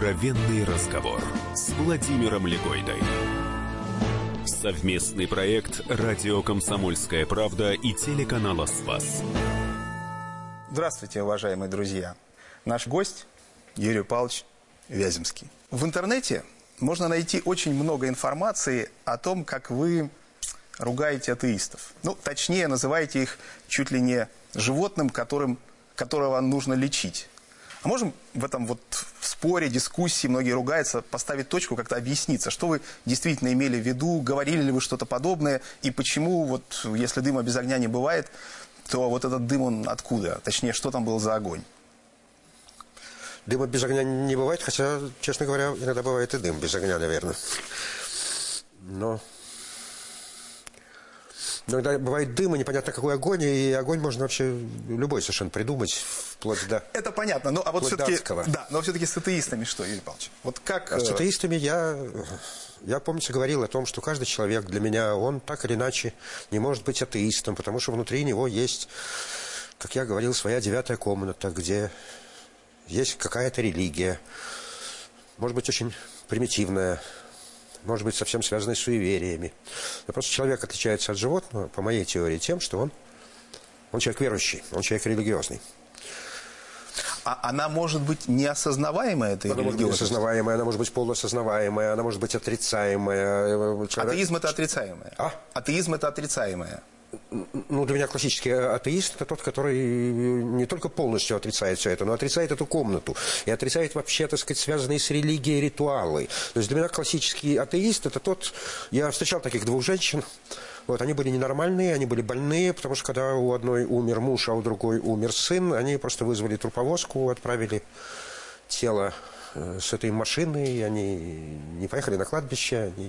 Откровенный разговор с Владимиром Легойдой. Совместный проект «Радио Комсомольская правда» и телеканала «Спас». Здравствуйте, уважаемые друзья. Наш гость Юрий Павлович Вяземский. В интернете можно найти очень много информации о том, как вы ругаете атеистов. Точнее, называете их чуть ли не животным, которого нужно лечить. А можем в этом в споре, дискуссии, многие ругаются, поставить точку, как-то объясниться, что вы действительно имели в виду, говорили ли вы что-то подобное, и почему, если дыма без огня не бывает, то этот дым, он откуда? Точнее, что там был за огонь? Дыма без огня не бывает, хотя, честно говоря, иногда бывает и дым без огня, наверное. Но иногда бывает дым, и непонятно какой огонь, и огонь можно вообще любой совершенно придумать, вплоть до... Это понятно, но все-таки с атеистами что, Юрий Павлович? С атеистами я, помнится, говорил о том, что каждый человек для меня, он так или иначе не может быть атеистом, потому что внутри него есть, как я говорил, своя 9-я комната, где есть какая-то религия, может быть, очень примитивная, может быть, совсем связанная с суевериями. Но просто человек отличается от животного, по моей теории, тем, что он человек верующий, он человек религиозный. А она может быть неосознаваемая, эта религиозность? Она может быть неосознаваемая, она может быть полуосознаваемая, она может быть отрицаемая. Атеизм – это отрицаемое? Атеизм – это отрицаемое? Для меня классический атеист – это тот, который не только полностью отрицает все это, но отрицает эту комнату. И отрицает вообще, так сказать, связанные с религией ритуалы. То есть для меня классический атеист – это тот… Я встречал таких двух женщин. Они были ненормальные, они были больные, потому что когда у одной умер муж, а у другой умер сын, они просто вызвали труповозку, отправили тело с этой машины, и они не поехали на кладбище, они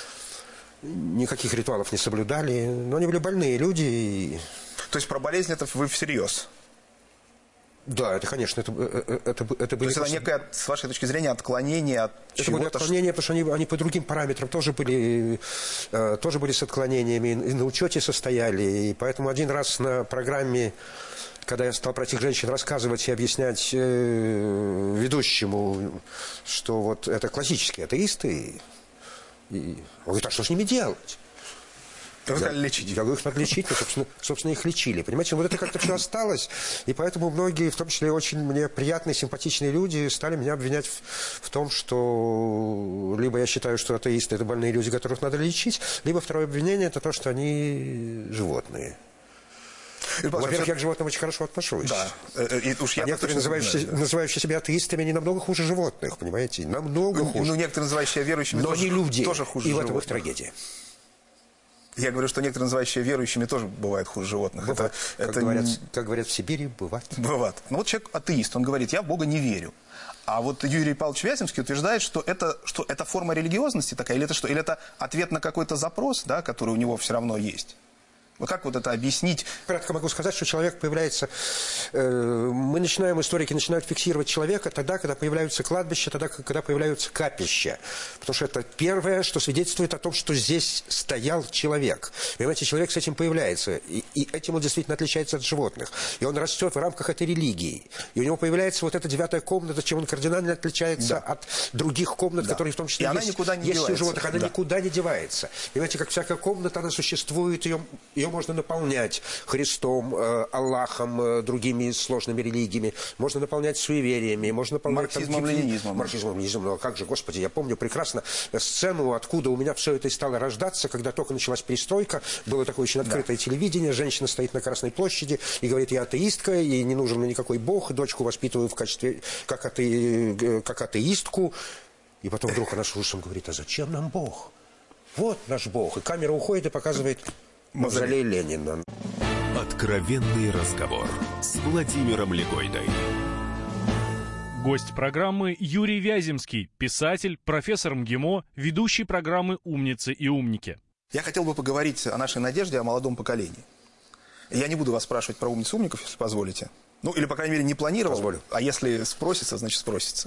никаких ритуалов не соблюдали, но они были больные люди. То есть про болезнь это вы всерьез? Да, это, конечно, это были... То есть это некое, с вашей точки зрения, отклонение от чего-то? Это были отклонения, потому что они по другим параметрам тоже были с отклонениями, и на учете состояли. И поэтому один раз на программе, когда я стал про этих женщин рассказывать и объяснять ведущему, что это классические атеисты, и он говорит, а что с ними делать? Вы сказали лечить. Я говорю, их надо лечить, собственно, их лечили. Понимаете, это как-то все осталось. И поэтому многие, в том числе очень мне приятные, симпатичные люди, стали меня обвинять в том, что либо я считаю, что атеисты – это больные люди, которых надо лечить, либо второе обвинение – это то, что они животные. Во-первых, я к животным очень хорошо отношусь. Да. И уж я некоторые, называющие себя атеистами, они намного хуже животных, понимаете? Намного хуже. Некоторые, называющие верующими, но не люди. Тоже хуже и животных. в этом их трагедия. Я говорю, что некоторые, называющие верующими, тоже бывают хуже животных. Бывает. Как говорят в Сибири, бывает. Бывает. Но человек атеист, он говорит, я в Бога не верю. А Юрий Павлович Вяземский утверждает, что это форма религиозности такая, или это что? Или это ответ на какой-то запрос, да, который у него все равно есть? Как это объяснить? Кратко могу сказать, что человек появляется... историки начинают фиксировать человека тогда, когда появляются кладбища, тогда, когда появляются капища. Потому что это первое, что свидетельствует о том, что здесь стоял человек. Понимаете, человек с этим появляется. И этим он действительно отличается от животных. И он растет в рамках этой религии. И у него появляется эта 9-я комната, чем он кардинально отличается от других комнат, которые в том числе есть у животных. Она никуда не девается. Понимаете, как всякая комната, она существует, ее можно наполнять Христом, Аллахом, другими сложными религиями. Можно наполнять суевериями. Можно наполнять марксизмом-ленинизмом. Марксизмом-ленинизмом. Но как же, Господи, я помню прекрасно сцену, откуда у меня все это и стало рождаться, когда только началась перестройка. Было такое очень открытое телевидение. Женщина стоит на Красной площади и говорит, я атеистка, ей не нужен мне никакой Бог. Дочку воспитываю в качестве как атеистку. И потом вдруг она с ужасом говорит, а зачем нам Бог? Вот наш Бог. И камера уходит и показывает... Мавзолей Ленина. Откровенный разговор с Владимиром Легойдой. Гость программы Юрий Вяземский, писатель, профессор МГИМО, ведущий программы «Умницы и умники». Я хотел бы поговорить о нашей надежде, о молодом поколении. Я не буду вас спрашивать про умниц и умников, если позволите. Или, по крайней мере, не планировал. Позволю. А если спросится, значит спросится.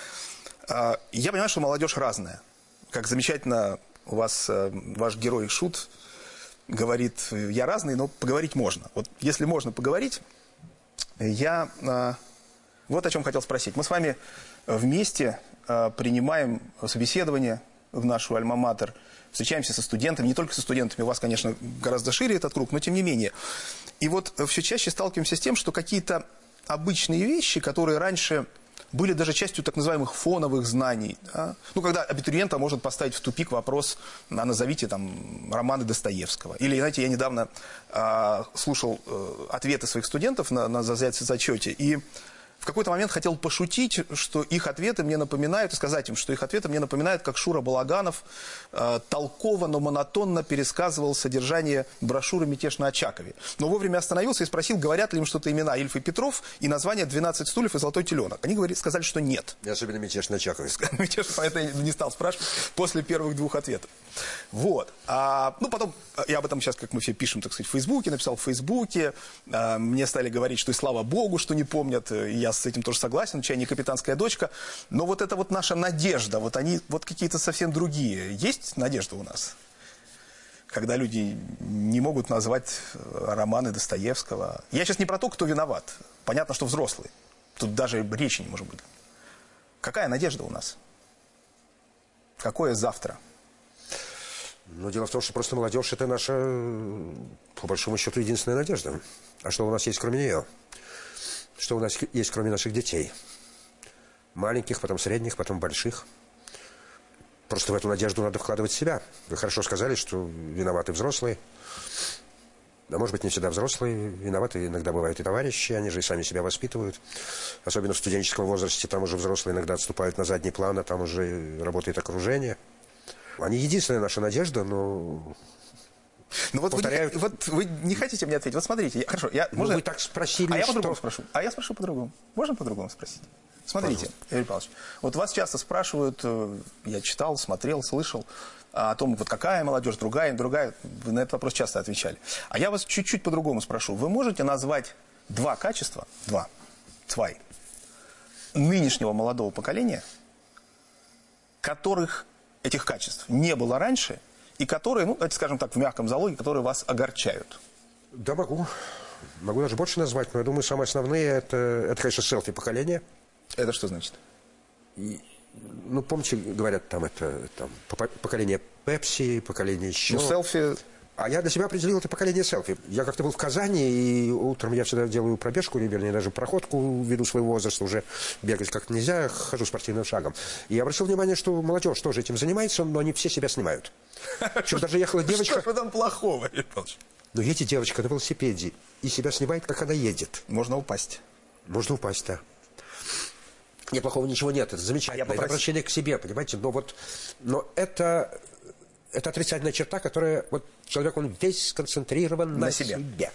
Я понимаю, что молодежь разная. Как замечательно у вас ваш герой Шут говорит, я разный, но поговорить можно. Если можно поговорить, я вот о чем хотел спросить. Мы с вами вместе принимаем собеседование в нашу альма-матер, встречаемся со студентами, не только со студентами, у вас, конечно, гораздо шире этот круг, но тем не менее. И вот все чаще сталкиваемся с тем, что какие-то обычные вещи, которые раньше были даже частью так называемых фоновых знаний. Да? Ну, когда абитуриента может поставить в тупик вопрос, назовите там романы Достоевского. Или, знаете, я недавно слушал ответы своих студентов на зачете, и в какой-то момент хотел пошутить, что их ответы мне напоминают, и сказать им, что их ответы мне напоминают, как Шура Балаганов толково, но монотонно пересказывал содержание брошюры «Мятеж на Очакове». Но вовремя остановился и спросил, говорят ли им что-то имена Ильф и Петров и название «12 стульев» и «Золотой теленок». Они сказали, что нет. И особенно «Мятеж на Очакове». Поэтому я не стал спрашивать после первых двух ответов. Вот. Ну, потом, я об этом сейчас, как мы все пишем, так сказать, в Фейсбуке, написал в Фейсбуке. Мне стали говорить, что и слава богу, что не помнят. Я с этим тоже согласен, чай не капитанская дочка. Но вот это вот наша надежда, вот они вот какие-то совсем другие. Есть надежда у нас? Когда люди не могут назвать романы Достоевского. Я сейчас не про то, кто виноват. Понятно, что взрослые. Тут даже речи не может быть. Какая надежда у нас? Какое завтра? Но дело в том, что просто молодежь – это наша, по большому счету, единственная надежда. А что у нас есть кроме нее? Что у нас есть кроме наших детей? Маленьких, потом средних, потом больших. Просто в эту надежду надо вкладывать себя. Вы хорошо сказали, что виноваты взрослые. А может быть, не всегда взрослые. Виноваты иногда бывают и товарищи, они же и сами себя воспитывают. Особенно в студенческом возрасте, там уже взрослые иногда отступают на задний план, а там уже работает окружение. Они единственная наша надежда, но... Ну вот вы не хотите мне ответить. Вот смотрите, хорошо, можно... Вы так спросили, я по-другому спрошу. А я спрошу по-другому. Можно по-другому спросить? Смотрите, Юрий Павлович, вот вас часто спрашивают, я читал, смотрел, слышал, о том, вот какая молодежь, другая. Вы на этот вопрос часто отвечали. А я вас чуть-чуть по-другому спрошу. Вы можете назвать два качества, нынешнего молодого поколения, которых этих качеств не было раньше, и которые, ну, давайте скажем так, в мягком залоге, которые вас огорчают? Да, могу. Могу даже больше назвать, но я думаю, самые основные это конечно, селфи-поколение. Это что значит? Ну, помните, говорят, там поколение Пепси, поколение еще... Ну, селфи... А я для себя определил это поколение селфи. Я как-то был в Казани, и утром я всегда делаю пробежку, вернее, даже проходку ввиду своего возраста, уже бегать как-то нельзя, хожу спортивным шагом. И я обратил внимание, что молодежь тоже этим занимается, но они все себя снимают. Причем даже ехала девочка... Что там плохого, Юрий Павлович? Но едет девочка на велосипеде и себя снимает, как она едет. Можно упасть. Можно упасть, да. Нет, плохого ничего нет, это замечательно. Это обращение к себе, понимаете? Но это отрицательная черта, которая... Вот человек, он весь сконцентрирован на себе.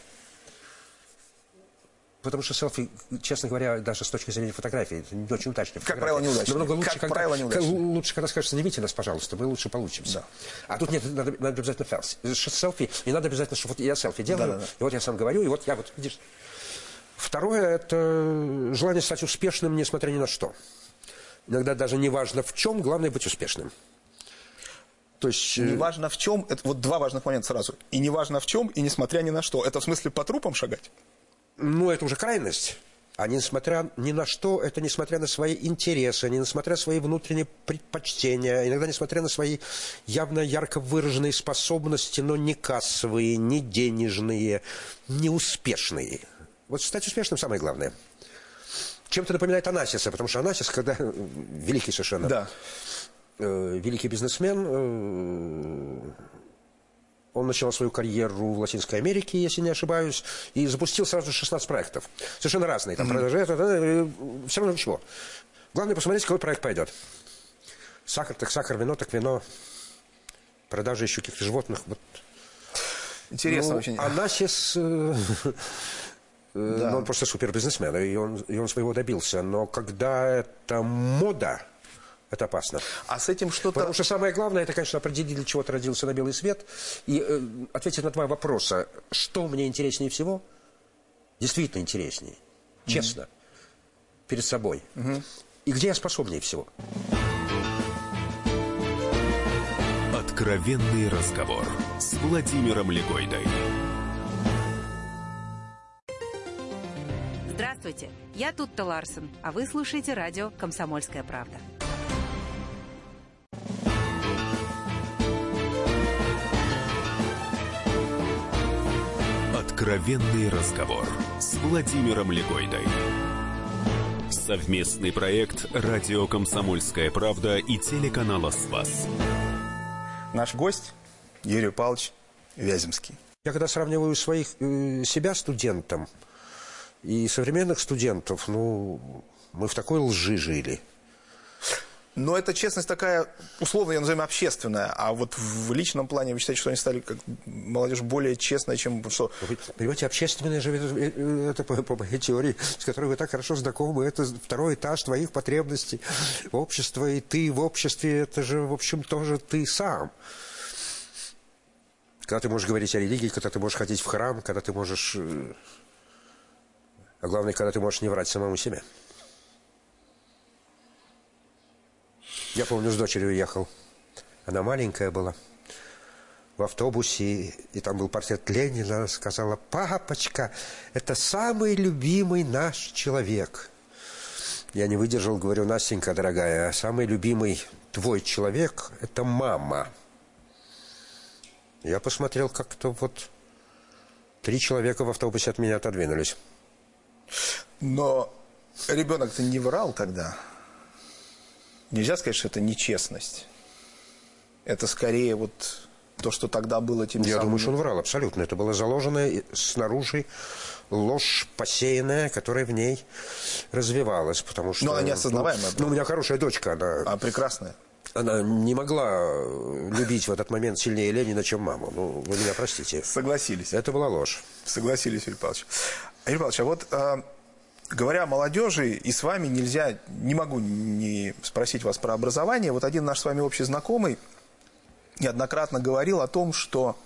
Потому что селфи, честно говоря, даже с точки зрения фотографии, это не очень удачная фотография. Как правило, неудачно. Намного лучше, лучше, когда скажешь, снимите нас, пожалуйста, мы лучше получимся. Да. А тут нет, надо обязательно селфи, и надо обязательно, что вот я селфи делаю, и вот я сам говорю, и вот я вот, видишь... Второе – это желание стать успешным, несмотря ни на что. Иногда даже не важно в чем, главное быть успешным. То есть... Не важно в чем, это вот два важных момента сразу. И не важно в чем, и несмотря ни на что. Это в смысле по трупам шагать? Ну, это уже крайность. А несмотря ни на что, это несмотря на свои интересы, несмотря на свои внутренние предпочтения, иногда несмотря на свои явно ярко выраженные способности, но не кассовые, не денежные, не успешные. Вот стать успешным самое главное. Чем-то напоминает Онасиса, потому что Онасис, когда великий совершенно, да. Великий бизнесмен, он начал свою карьеру в Латинской Америке, если не ошибаюсь, и запустил сразу 16 проектов. Совершенно разные. Там продажи, все равно ничего. Главное посмотреть, какой проект пойдет. Сахар, так сахар, вино, так вино. Продажи еще каких-то животных. Вот. Интересно очень. Онасис... Да. Но он просто супербизнесмен, и он своего добился. Но когда это мода, это опасно. А с этим что-то... Потому что самое главное, это, конечно, определить, для чего ты родился на белый свет, и ответить на два вопроса. Что мне интереснее всего? Действительно интереснее. Честно. Перед собой. И где я способнее всего? Откровенный разговор с Владимиром Легойдой. Здравствуйте, я Тутта Ларсен, а вы слушаете радио «Комсомольская правда». Откровенный разговор с Владимиром Легойдой. Совместный проект «Радио Комсомольская правда» и телеканала «Спас». Наш гость Юрий Павлович Вяземский. Я когда сравниваю себя студентом и современных студентов, мы в такой лжи жили. Но эта честность такая, условно, я назовем, общественная. А вот в личном плане вы считаете, что они стали, как молодежь, более честной, чем что? Вы понимаете, общественное же, это по моей теории, с которой вы так хорошо знакомы, это второй этаж твоих потребностей. Общество и ты в обществе, это же, в общем, тоже ты сам. Когда ты можешь говорить о религии, когда ты можешь ходить в храм, когда ты можешь... А главное, когда ты можешь не врать самому себе. Я помню, с дочерью ехал. Она маленькая была. В автобусе, и там был портрет Ленина. Она сказала: папочка, это самый любимый наш человек. Я не выдержал, говорю: Настенька, дорогая, самый любимый твой человек – это мама. Я посмотрел, как-то вот 3 человека в автобусе от меня отодвинулись. Но ребенок-то не врал тогда. Нельзя сказать, что это нечестность. Это скорее вот то, что тогда было тем самым... Я думаю, что он врал, абсолютно. Это была заложенная снаружи ложь посеянная, которая в ней развивалась, потому что... Но она неосознаваемая была. У меня хорошая дочка, она... А прекрасная. Она не могла любить в этот момент сильнее Ленина, чем маму. Вы меня простите. Согласились. Это была ложь. Согласились, Юрий Павлович. Юрий Павлович, а вот... Говоря о молодежи, и с вами не могу не спросить вас про образование. Вот один наш с вами общий знакомый неоднократно говорил о том, что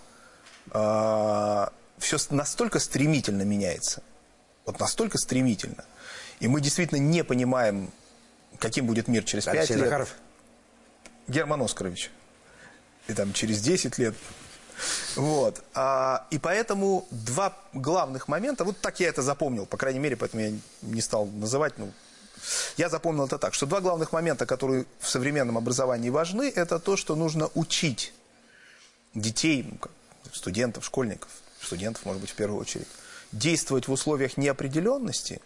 все настолько стремительно меняется. Вот настолько стремительно. И мы действительно не понимаем, каким будет мир через 5 лет. Захаров? Герман Оскарович. И там через 10 лет... Вот. И поэтому 2 главных момента, вот так я это запомнил, по крайней мере, поэтому я не стал называть, я запомнил это так, что 2 главных момента, которые в современном образовании важны, это то, что нужно учить детей, студентов, школьников, студентов, может быть, в первую очередь, действовать в условиях неопределенности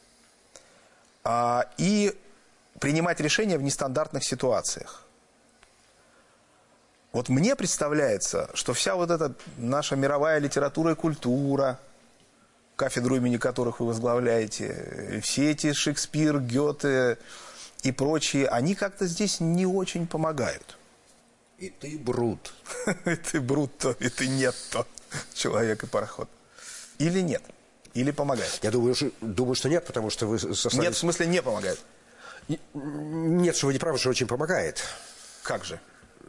и принимать решения в нестандартных ситуациях. Вот мне представляется, что вся вот эта наша мировая литература и культура, кафедру имени которых вы возглавляете, все эти Шекспир, Гёте и прочие, они как-то здесь не очень помогают. И ты брут. И ты брут то, и ты нет то. Человек и пароход. Или нет? Или помогает? Я думаю, что нет, потому что вы сослались... Нет, в смысле не помогает? Нет, что вы не правы, что очень помогает. Как же?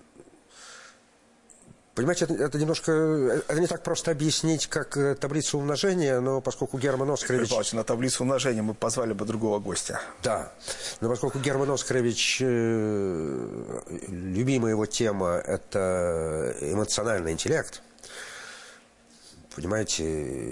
Понимаете, это немножко... Это не так просто объяснить, как таблицу умножения, но поскольку Герман Оскарович... Павлович, на таблицу умножения мы позвали бы другого гостя. Да. Но поскольку Герман Оскарович... Любимая его тема – это эмоциональный интеллект. Понимаете,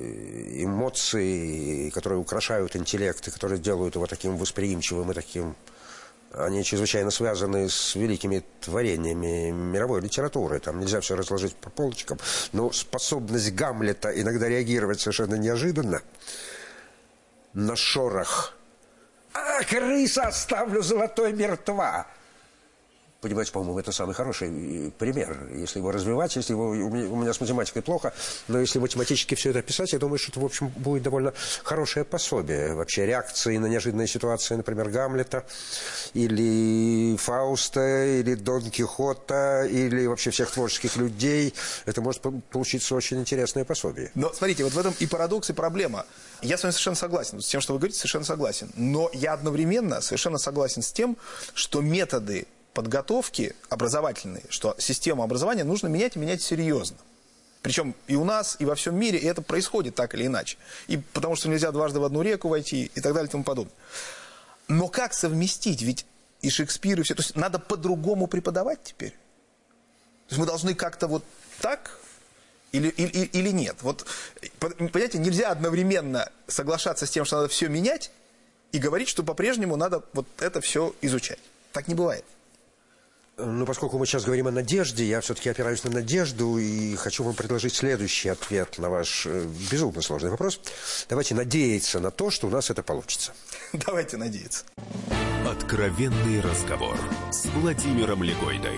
эмоции, которые украшают интеллект, и которые делают его таким восприимчивым и таким... Они чрезвычайно связаны с великими творениями мировой литературы. Там нельзя все разложить по полочкам. Но способность Гамлета иногда реагировать совершенно неожиданно на шорох. «А, крыса, оставлю золотой мертва!» Понимаете, по-моему, это самый хороший пример. Если его развивать, если его... У меня с математикой плохо, но если математически все это описать, я думаю, что это, в общем, будет довольно хорошее пособие. Вообще реакции на неожиданные ситуации, например, Гамлета, или Фауста, или Дон Кихота, или вообще всех творческих людей. Это может получиться очень интересное пособие. Но смотрите, вот в этом и парадокс, и проблема. Я с вами совершенно согласен. С тем, что вы говорите, совершенно согласен. Но я одновременно совершенно согласен с тем, что методы подготовки образовательной, что систему образования нужно менять и менять серьезно. Причем и у нас, и во всем мире, и это происходит так или иначе. И потому что нельзя дважды в одну реку войти и так далее и тому подобное. Но как совместить? Ведь и Шекспир, и все. То есть надо по-другому преподавать теперь. То есть мы должны как-то вот так или нет. Вот, понимаете, нельзя одновременно соглашаться с тем, что надо все менять, и говорить, что по-прежнему надо вот это все изучать. Так не бывает. Ну, поскольку мы сейчас говорим о надежде, я все-таки опираюсь на надежду и хочу вам предложить следующий ответ на ваш безумно сложный вопрос. Давайте надеяться на то, что у нас это получится. Давайте надеяться. Откровенный разговор с Владимиром Легойдой.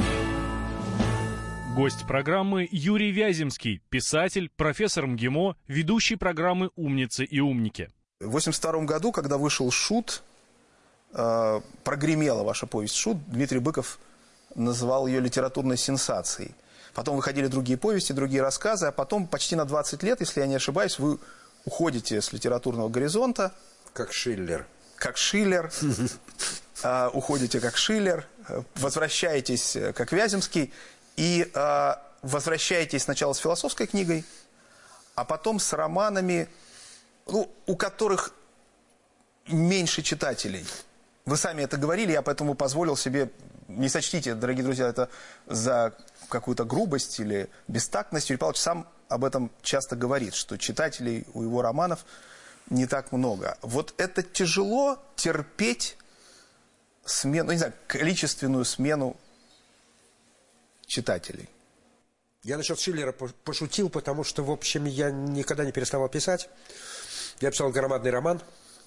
Гость программы Юрий Вяземский, писатель, профессор МГИМО, ведущий программы «Умницы и умники». В 1982 году, когда вышел «Шут», прогремела ваша повесть «Шут», Дмитрий Быков называл ее литературной сенсацией. Потом выходили другие повести, другие рассказы, а потом почти на 20 лет, если я не ошибаюсь, вы уходите с литературного горизонта. Как Шиллер. Как Шиллер. Уходите как Шиллер, возвращаетесь как Вяземский и возвращаетесь сначала с философской книгой, а потом с романами, у которых меньше читателей. Вы сами это говорили, я поэтому позволил себе, не сочтите, дорогие друзья, это за какую-то грубость или бестактность. Юрий Павлович сам об этом часто говорит, что читателей у его романов не так много. Вот это тяжело терпеть смену, не знаю, количественную смену читателей. Я насчет Шиллера пошутил, потому что, в общем, я никогда не переставал писать. Я писал громадный роман.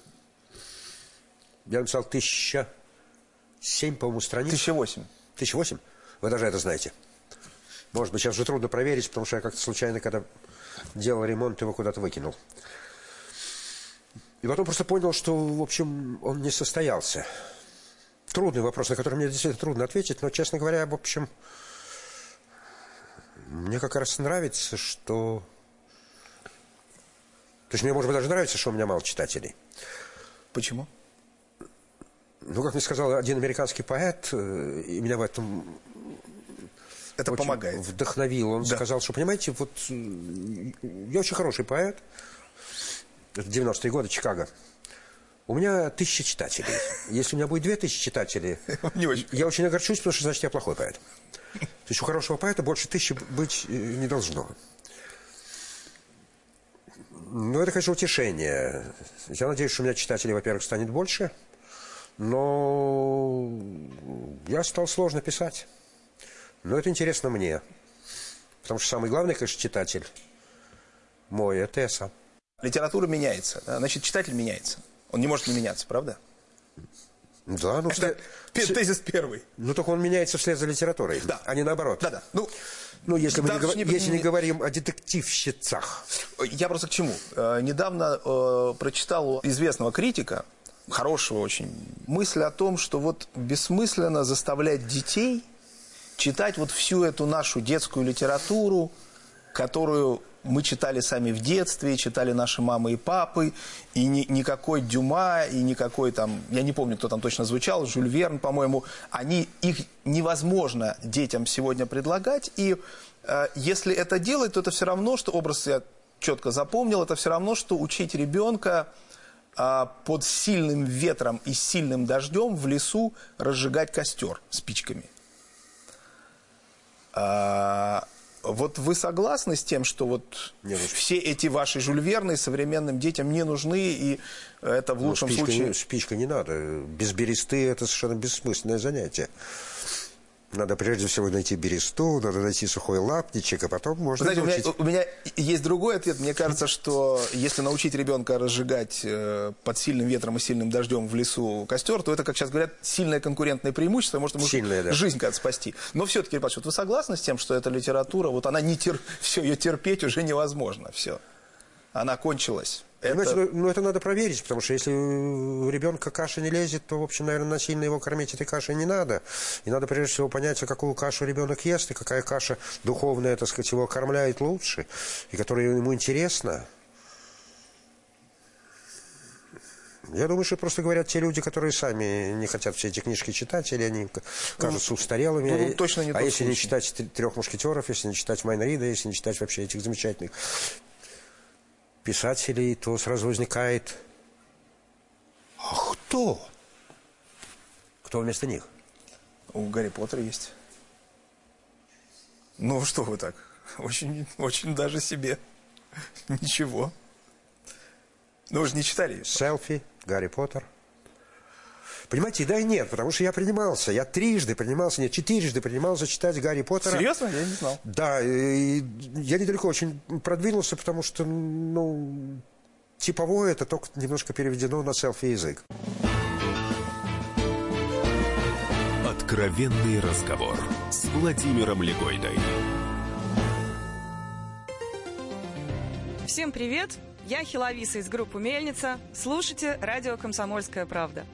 Я написал 1007, по-моему, страниц. 1008. 1008? Вы даже это знаете. Может быть, сейчас уже трудно проверить, потому что я как-то случайно, когда делал ремонт, его куда-то выкинул. И потом просто понял, что, в общем, он не состоялся. Трудный вопрос, на который мне действительно трудно ответить, но, честно говоря, в общем, мне как раз нравится, что... То есть мне, может быть, даже нравится, что у меня мало читателей. Почему? Ну, как мне сказал один американский поэт, и меня в этом... Это очень помогает. Вдохновил. Он сказал, что, понимаете, вот я очень хороший поэт. Это 90-е годы, Чикаго. У меня 1000 читателей. Если у меня будет 2000 читателей, я очень огорчусь, потому что, значит, я плохой поэт. То есть у хорошего поэта больше 1000 быть не должно. Ну, это, конечно, утешение. Я надеюсь, что у меня читателей, во-первых, станет больше. Но я стал сложно писать. Но это интересно мне. Потому что самый главный, конечно, читатель мой – это я сам. Литература меняется. Значит, читатель меняется. Он не может не меняться, правда? Да, ну... Это тезис первый. Ну, только он меняется вслед за литературой, да. А не наоборот. Да-да. Ну, если мы не говорим о детективщицах. Я просто к чему? Недавно прочитал у известного критика, хорошего очень, мысль о том, что вот бессмысленно заставлять детей читать вот всю эту нашу детскую литературу, которую мы читали сами в детстве, читали наши мамы и папы, и никакой Дюма, и никакой там, я не помню, кто там точно звучал, Жюль Верн, по-моему, их невозможно детям сегодня предлагать, и если это делать, то это все равно, что, образ я четко запомнил, это все равно, что учить ребенка под сильным ветром и сильным дождем в лесу разжигать костер спичками. Вот вы согласны с тем, что вот все эти ваши Жюль Верны современным детям не нужны, и это в лучшем случае... Спичка не надо. Без бересты это совершенно бессмысленное занятие. Надо прежде всего найти бересту, надо найти сухой лапничек, а потом можно научить. У меня есть другой ответ. Мне кажется, что если научить ребенка разжигать под сильным ветром и сильным дождем в лесу костер, то это, как сейчас говорят, сильное конкурентное преимущество, может ему жизнь как-то спасти. Но все-таки, Паш, вот вы согласны с тем, что эта литература, вот она все, ее терпеть уже невозможно, все. Она кончилась. Ну, это надо проверить, потому что если у ребенка каша не лезет, то, в общем, наверное, насильно его кормить этой кашей не надо. И надо, прежде всего, понять, какую кашу ребенок ест, и какая каша духовная, так сказать, его кормляет лучше, и которая ему интересна. Я думаю, что просто говорят те люди, которые сами не хотят все эти книжки читать, или они кажутся устарелыми. Точно не если не читать «Трех мушкетеров», если не читать Майна Рида, если не читать вообще этих замечательных писателей, то сразу возникает: а кто? Кто вместо них? У Гарри Поттера есть. Ну, что вы так? Очень, очень даже себе. Ничего. Ну, вы же не читали ее. Селфи, Гарри Поттер. Понимаете, да и нет, потому что я принимался. Я четырежды принимался читать Гарри Поттера. Серьезно? Я не знал. Да, и я недалеко очень продвинулся, потому что, типовое это только немножко переведено на селфи-язык. Откровенный разговор с Владимиром Легойдой. Всем привет! Я Хиловиса из группы «Мельница». Слушайте радио «Комсомольская правда».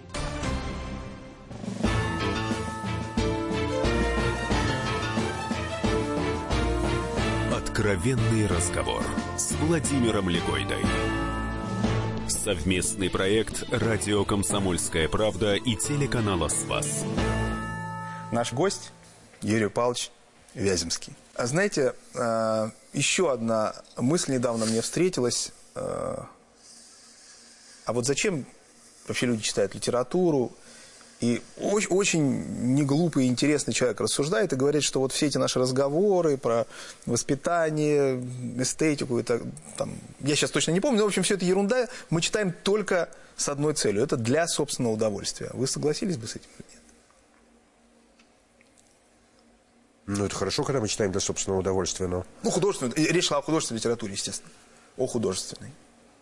Откровенный разговор с Владимиром Легойдой. Совместный проект «Радио Комсомольская правда» и телеканала «Спас». Наш гость Юрий Павлович Вяземский. А знаете, еще одна мысль недавно мне встретилась. А вот зачем вообще люди читают литературу? И очень неглупый и интересный человек рассуждает и говорит, что вот все эти наши разговоры про воспитание, эстетику, я сейчас точно не помню, но, в общем, все это ерунда, мы читаем только с одной целью. Это для собственного удовольствия. Вы согласились бы с этим или нет? Это хорошо, когда мы читаем для собственного удовольствия, но... художественную. Речь шла о художественной литературе, естественно. О художественной.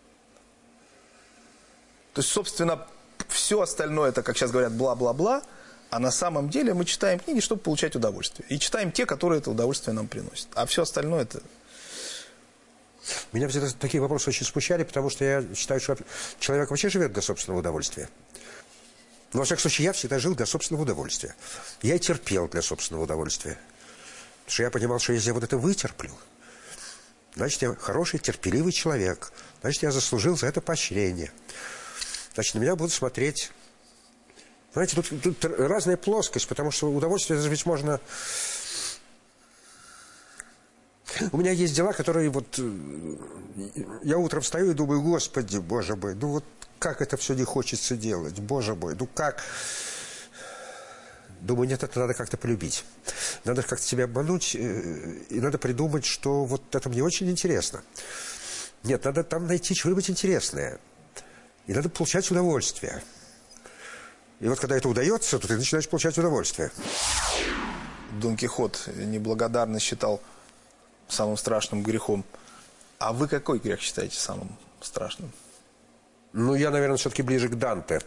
То есть, собственно, все остальное, это, как сейчас говорят, бла-бла-бла, а на самом деле мы читаем книги, чтобы получать удовольствие. И читаем те, которые это удовольствие нам приносят. А все остальное это... Меня всегда такие вопросы очень смущали, потому что я считаю, что человек вообще живет для собственного удовольствия. Но, во всяком случае, я всегда жил для собственного удовольствия. Я и терпел для собственного удовольствия. Потому что я понимал, что если я вот это вытерплю, значит, я хороший, терпеливый человек. Значит, я заслужил за это поощрение. Значит, на меня будут смотреть... Знаете, тут разная плоскость, потому что удовольствие ведь можно... У меня есть дела, которые вот... Я утром встаю и думаю, Господи, Боже мой, как это все не хочется делать, Боже мой, как... Думаю, нет, это надо как-то полюбить. Надо как-то себя обмануть, и надо придумать, что вот это мне очень интересно. Нет, надо там найти что-нибудь интересное. И надо получать удовольствие. И вот когда это удается, то ты начинаешь получать удовольствие. Дон Кихот неблагодарность считал самым страшным грехом. А вы какой грех считаете самым страшным? Я, наверное, все-таки ближе к Данте.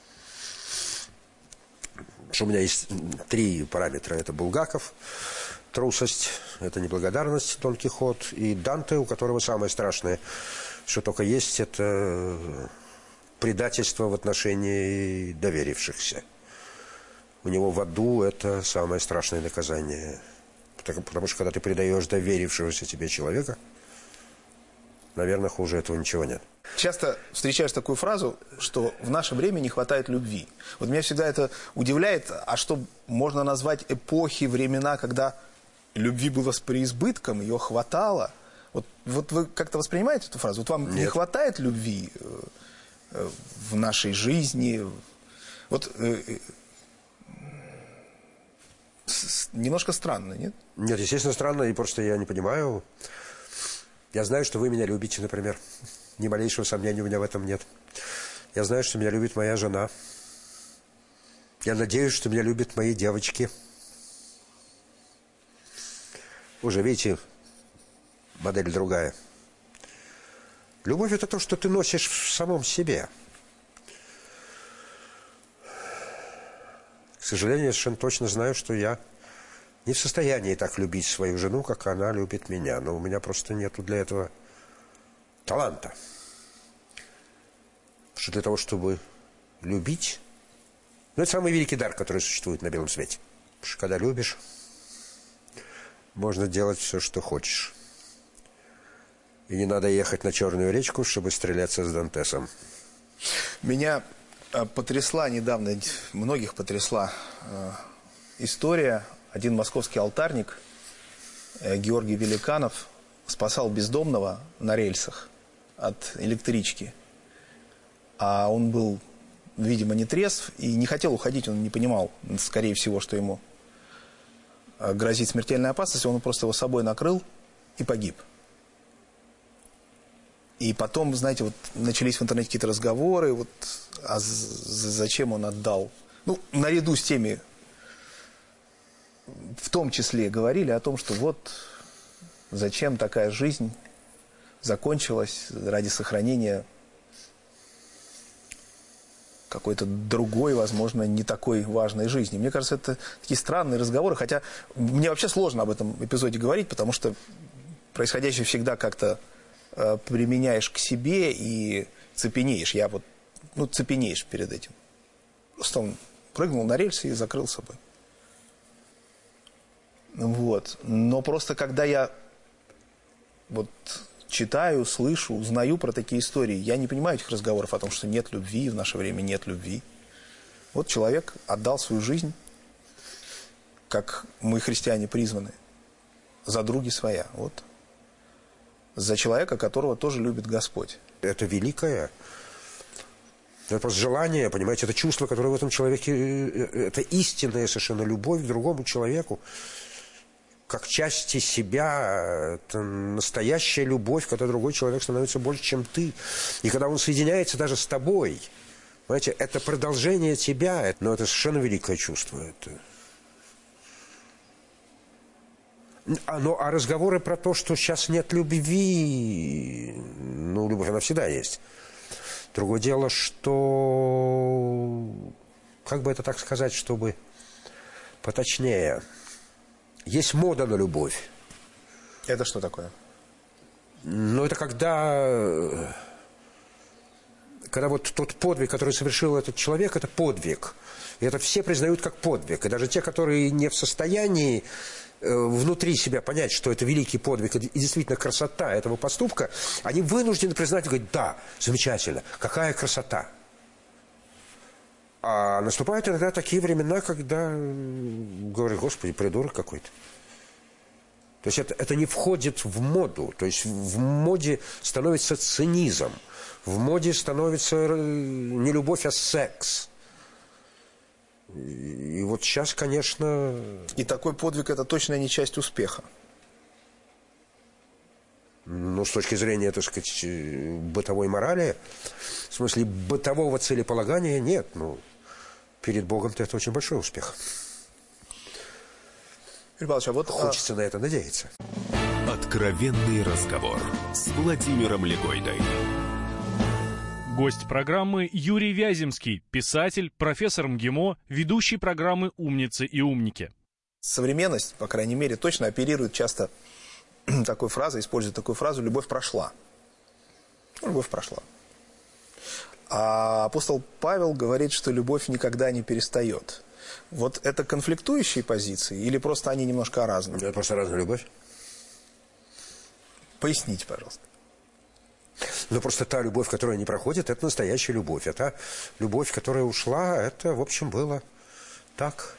Что у меня есть 3 параметра. Это Булгаков, трусость, это неблагодарность, Дон Кихот. И Данте, у которого самое страшное, что только есть, это предательство в отношении доверившихся. У него в аду это самое страшное наказание. Потому что когда ты предаешь доверившегося тебе человека, наверное, хуже этого ничего нет. Часто встречаешь такую фразу, что в наше время не хватает любви. Вот меня всегда это удивляет, а что можно назвать эпохи, времена, когда любви было с преизбытком, ее хватало. Вот вы как-то воспринимаете эту фразу? Вот вам Нет. Не хватает любви в нашей жизни? Немножко странно, нет? Нет, естественно, странно, и просто я не понимаю. Я знаю, что вы меня любите, например. Ни малейшего сомнения у меня в этом нет. Я знаю, что меня любит моя жена. Я надеюсь, что меня любят мои девочки. Уже, видите, модель другая. Любовь – это то, что ты носишь в самом себе. К сожалению, я совершенно точно знаю, что я не в состоянии так любить свою жену, как она любит меня. Но у меня просто нету для этого таланта. Потому что для того, чтобы любить... это самый великий дар, который существует на белом свете. Потому что когда любишь, можно делать все, что хочешь. И не надо ехать на Черную речку, чтобы стреляться с Дантесом. Меня потрясла недавно, многих потрясла история. Один московский алтарник, Георгий Великанов, спасал бездомного на рельсах от электрички. А он был, видимо, не трезв и не хотел уходить. Он не понимал, скорее всего, что ему грозит смертельная опасность. Он просто его с собой накрыл и погиб. И потом, знаете, вот начались в интернете какие-то разговоры, вот, а зачем он отдал. Ну, наряду с теми, в том числе, говорили о том, что вот зачем такая жизнь закончилась ради сохранения какой-то другой, возможно, не такой важной жизни. Мне кажется, это такие странные разговоры, хотя мне вообще сложно об этом эпизоде говорить, потому что происходящее всегда как-то применяешь к себе и цепенеешь. Я вот, ну, цепенеешь перед этим. Просто он прыгнул на рельсы и закрыл собой. Вот. Но просто когда я вот читаю, слышу, узнаю про такие истории, я не понимаю этих разговоров о том, что нет любви, в наше время нет любви. Вот человек отдал свою жизнь, как мы, христиане, призваны, за други своя. Вот. За человека, которого тоже любит Господь. Это великое. Это просто желание, понимаете, это чувство, которое в этом человеке, это истинная совершенно любовь к другому человеку. Как части себя, это настоящая любовь, когда другой человек становится больше, чем ты. И когда он соединяется даже с тобой. Понимаете, это продолжение тебя. Но это совершенно великое чувство. Это... А разговоры про то, что сейчас нет любви, ну, любовь, она всегда есть. Другое дело, что, как бы это так сказать, чтобы поточнее, есть мода на любовь. Это что такое? Ну, это когда вот тот подвиг, который совершил этот человек, это подвиг. И это все признают как подвиг. И даже те, которые не в состоянии внутри себя понять, что это великий подвиг и действительно красота этого поступка, они вынуждены признать и говорить: да, замечательно, какая красота. А наступают иногда такие времена, когда говорят: господи, придурок какой-то. То есть это не входит в моду. То есть в моде становится цинизм. В моде становится не любовь, а секс. И вот сейчас, конечно... И такой подвиг – это точно не часть успеха. Ну, с точки зрения, так сказать, бытовой морали, в смысле бытового целеполагания, нет. Ну, перед Богом-то это очень большой успех. Юрий Павлович, а вот... Хочется на это надеяться. Откровенный разговор с Владимиром Легойдой. Гость программы Юрий Вяземский, писатель, профессор МГИМО, ведущий программы «Умницы и умники». Современность, по крайней мере, точно оперирует часто такой фразой, использует такую фразу: «Любовь прошла». Любовь прошла. А апостол Павел говорит, что любовь никогда не перестает. Вот это конфликтующие позиции или просто они немножко разные? Это просто разная любовь. Поясните, пожалуйста. Но просто та любовь, которая не проходит, это настоящая любовь. А та любовь, которая ушла, это, в общем, было так.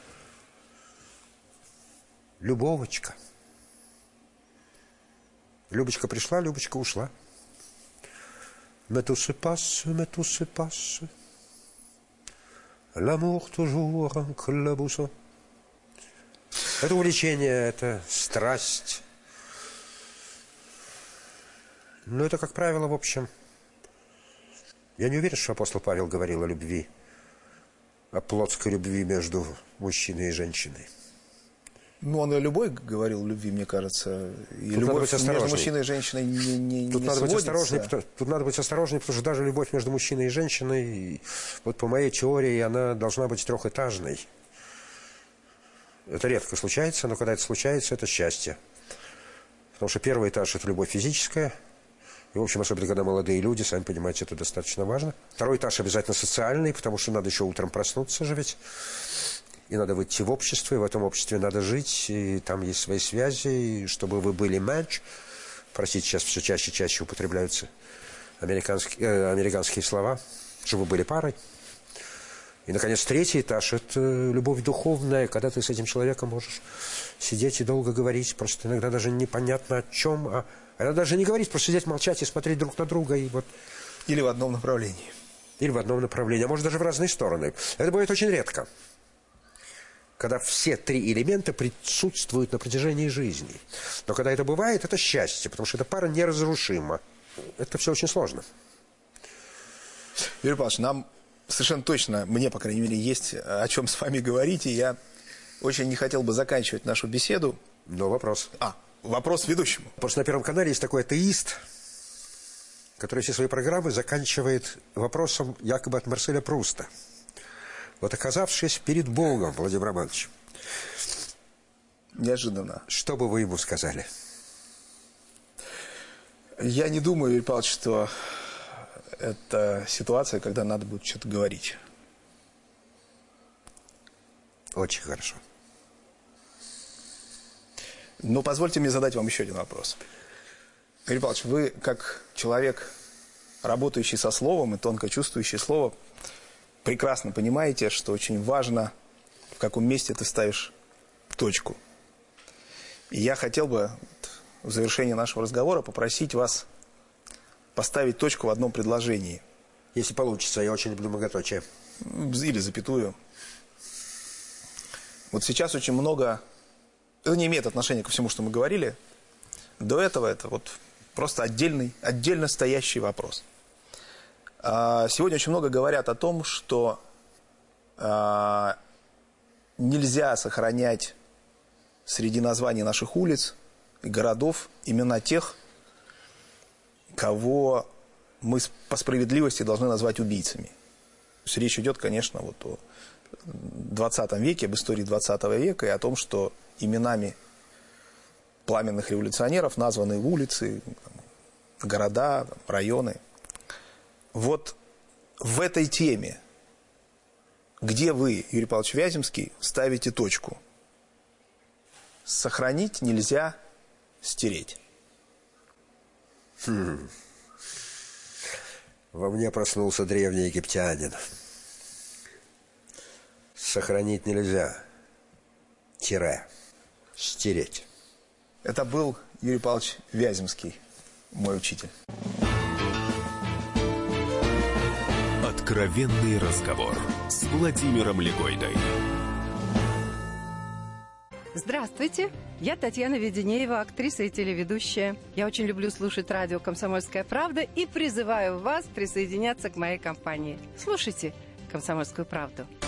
Любовочка. Любочка пришла, Любочка ушла. Mais tout se passe, mais tout se passe. L'amour toujours en claboussant. Это увлечение, это страсть. Но это, как правило, в общем... Я не уверен, что апостол Павел говорил о любви, о плотской любви между мужчиной и женщиной. Ну, он и любой говорил о любви, мне кажется. И тут любовь между мужчиной и женщиной тут не надо сводится. быть осторожней, тут надо быть осторожней, потому что даже любовь между мужчиной и женщиной, вот по моей теории, она должна быть трехэтажной. Это редко случается, но когда это случается, это счастье. Потому что первый этаж – это любовь физическая. И, в общем, особенно, когда молодые люди, сами понимаете, это достаточно важно. Второй этаж обязательно социальный, потому что надо еще утром проснуться же ведь. И надо выйти в общество, и в этом обществе надо жить, и там есть свои связи, и чтобы вы были матч. Простите, сейчас все чаще и чаще употребляются американские слова, чтобы вы были парой. И, наконец, третий этаж – это любовь духовная, когда ты с этим человеком можешь сидеть и долго говорить, просто иногда даже непонятно о чем, а иногда даже не говорить, просто сидеть, молчать и смотреть друг на друга. И вот... Или в одном направлении. Или в одном направлении, а может даже в разные стороны. Это бывает очень редко, когда все три элемента присутствуют на протяжении жизни. Но когда это бывает, это счастье, потому что эта пара неразрушима. это все очень сложно. Юрий Павлович, нам совершенно точно, мне, по крайней мере, есть о чем с вами говорить, и я очень не хотел бы заканчивать нашу беседу. Но вопрос. Вопрос ведущему. Потому что на Первом канале есть такой атеист, который все свои программы заканчивает вопросом якобы от Марселя Пруста. Вот оказавшись перед Богом, Владимир Романович, Неожиданно. что бы вы ему сказали? Я не думаю, Юрий Павлович, что это ситуация, когда надо будет что-то говорить. Очень хорошо. Но позвольте мне задать вам еще один вопрос. Юрий Павлович, вы, как человек, работающий со словом и тонко чувствующий слово, прекрасно понимаете, что очень важно, в каком месте ты ставишь точку. И я хотел бы в завершении нашего разговора попросить вас поставить точку в одном предложении. Если получится, я очень люблю многоточие. Или запятую. Вот сейчас очень много... Это не имеет отношения ко всему, что мы говорили. До этого это вот просто отдельно стоящий вопрос. Сегодня очень много говорят о том, что нельзя сохранять среди названий наших улиц и городов имена тех, кого мы по справедливости должны назвать убийцами. То есть речь идет, конечно, вот о 20 веке, об истории 20 века и о том, что именами пламенных революционеров названы улицы, города, районы. Вот в этой теме, где вы, Юрий Павлович Вяземский, ставите точку? Сохранить нельзя, стереть. Во мне проснулся древний египтянин. Сохранить нельзя. Стереть. Это был Юрий Павлович Вяземский, мой учитель. Откровенный разговор с Владимиром Легойдой. Здравствуйте, я Татьяна Веденеева, актриса и телеведущая. Я очень люблю слушать радио «Комсомольская правда» и призываю вас присоединяться к моей компании. Слушайте «Комсомольскую правду».